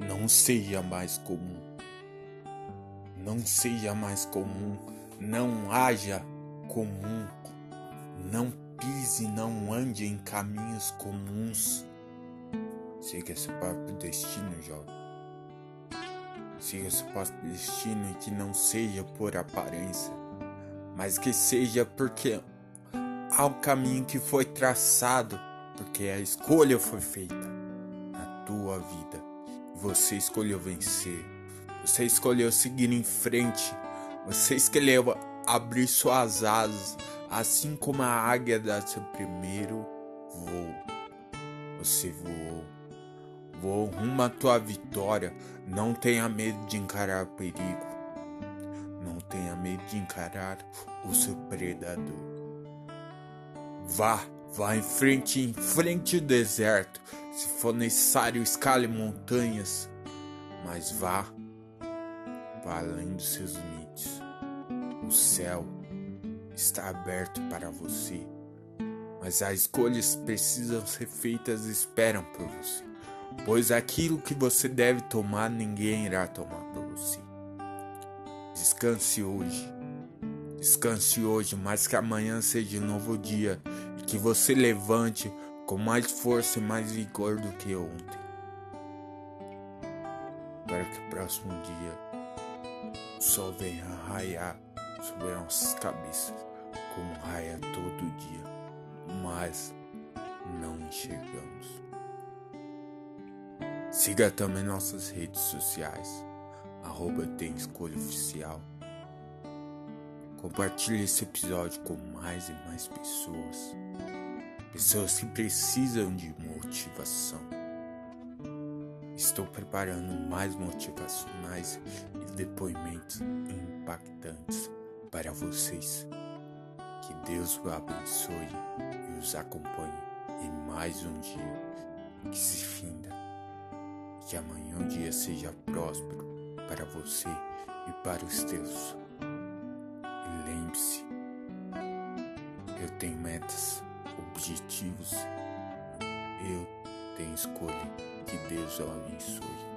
Não seja mais comum. Não seja mais comum. Não haja comum. Não pise, não ande em caminhos comuns. Siga seu próprio destino, jovem. Siga seu próprio destino e que não seja por aparência, mas que seja porque há um caminho que foi traçado, porque a escolha foi feita na tua vida. Você escolheu vencer, você escolheu seguir em frente, você escolheu abrir suas asas, assim como a águia dá seu primeiro voo. Você voou rumo à tua vitória. Não tenha medo de encarar o perigo. Não tenha medo de encarar o seu predador. Vá em frente o deserto. Se for necessário, escale montanhas. Mas vá além dos seus limites. O céu está aberto para você. Mas as escolhas precisam ser feitas e esperam por você. Pois aquilo que você deve tomar, ninguém irá tomar por você. Descanse hoje, mas que amanhã seja um novo dia. E que você levante com mais força e mais vigor do que ontem. Para que o próximo dia o sol venha raiar sobre nossas cabeças, como raia todo dia, mas não enxergamos. Siga também nossas redes sociais, @TemEscolhaOficial. Compartilhe esse episódio com mais e mais pessoas. Pessoas que precisam de motivação. Estou preparando mais motivacionais e depoimentos impactantes para vocês. Que Deus o abençoe e os acompanhe em mais um dia que se finda. Que amanhã o dia seja próspero para você e para os teus. E lembre-se, eu tenho metas, objetivos, eu tenho escolha. Que Deus o abençoe.